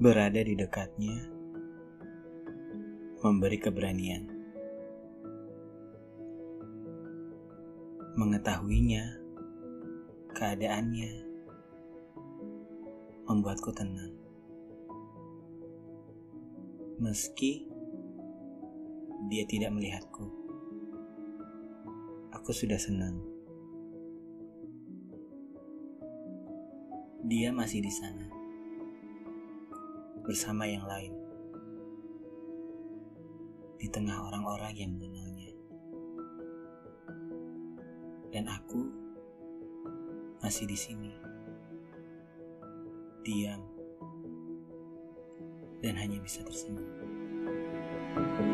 Berada di dekatnya, memberi keberanian. Mengetahuinya, keadaannya, membuatku tenang. Meski dia tidak melihatku, aku sudah senang. Dia masih di sana, bersama yang lain, di tengah orang-orang yang mengenalnya. Dan aku masih di sini, diam, dan hanya bisa tersenyum.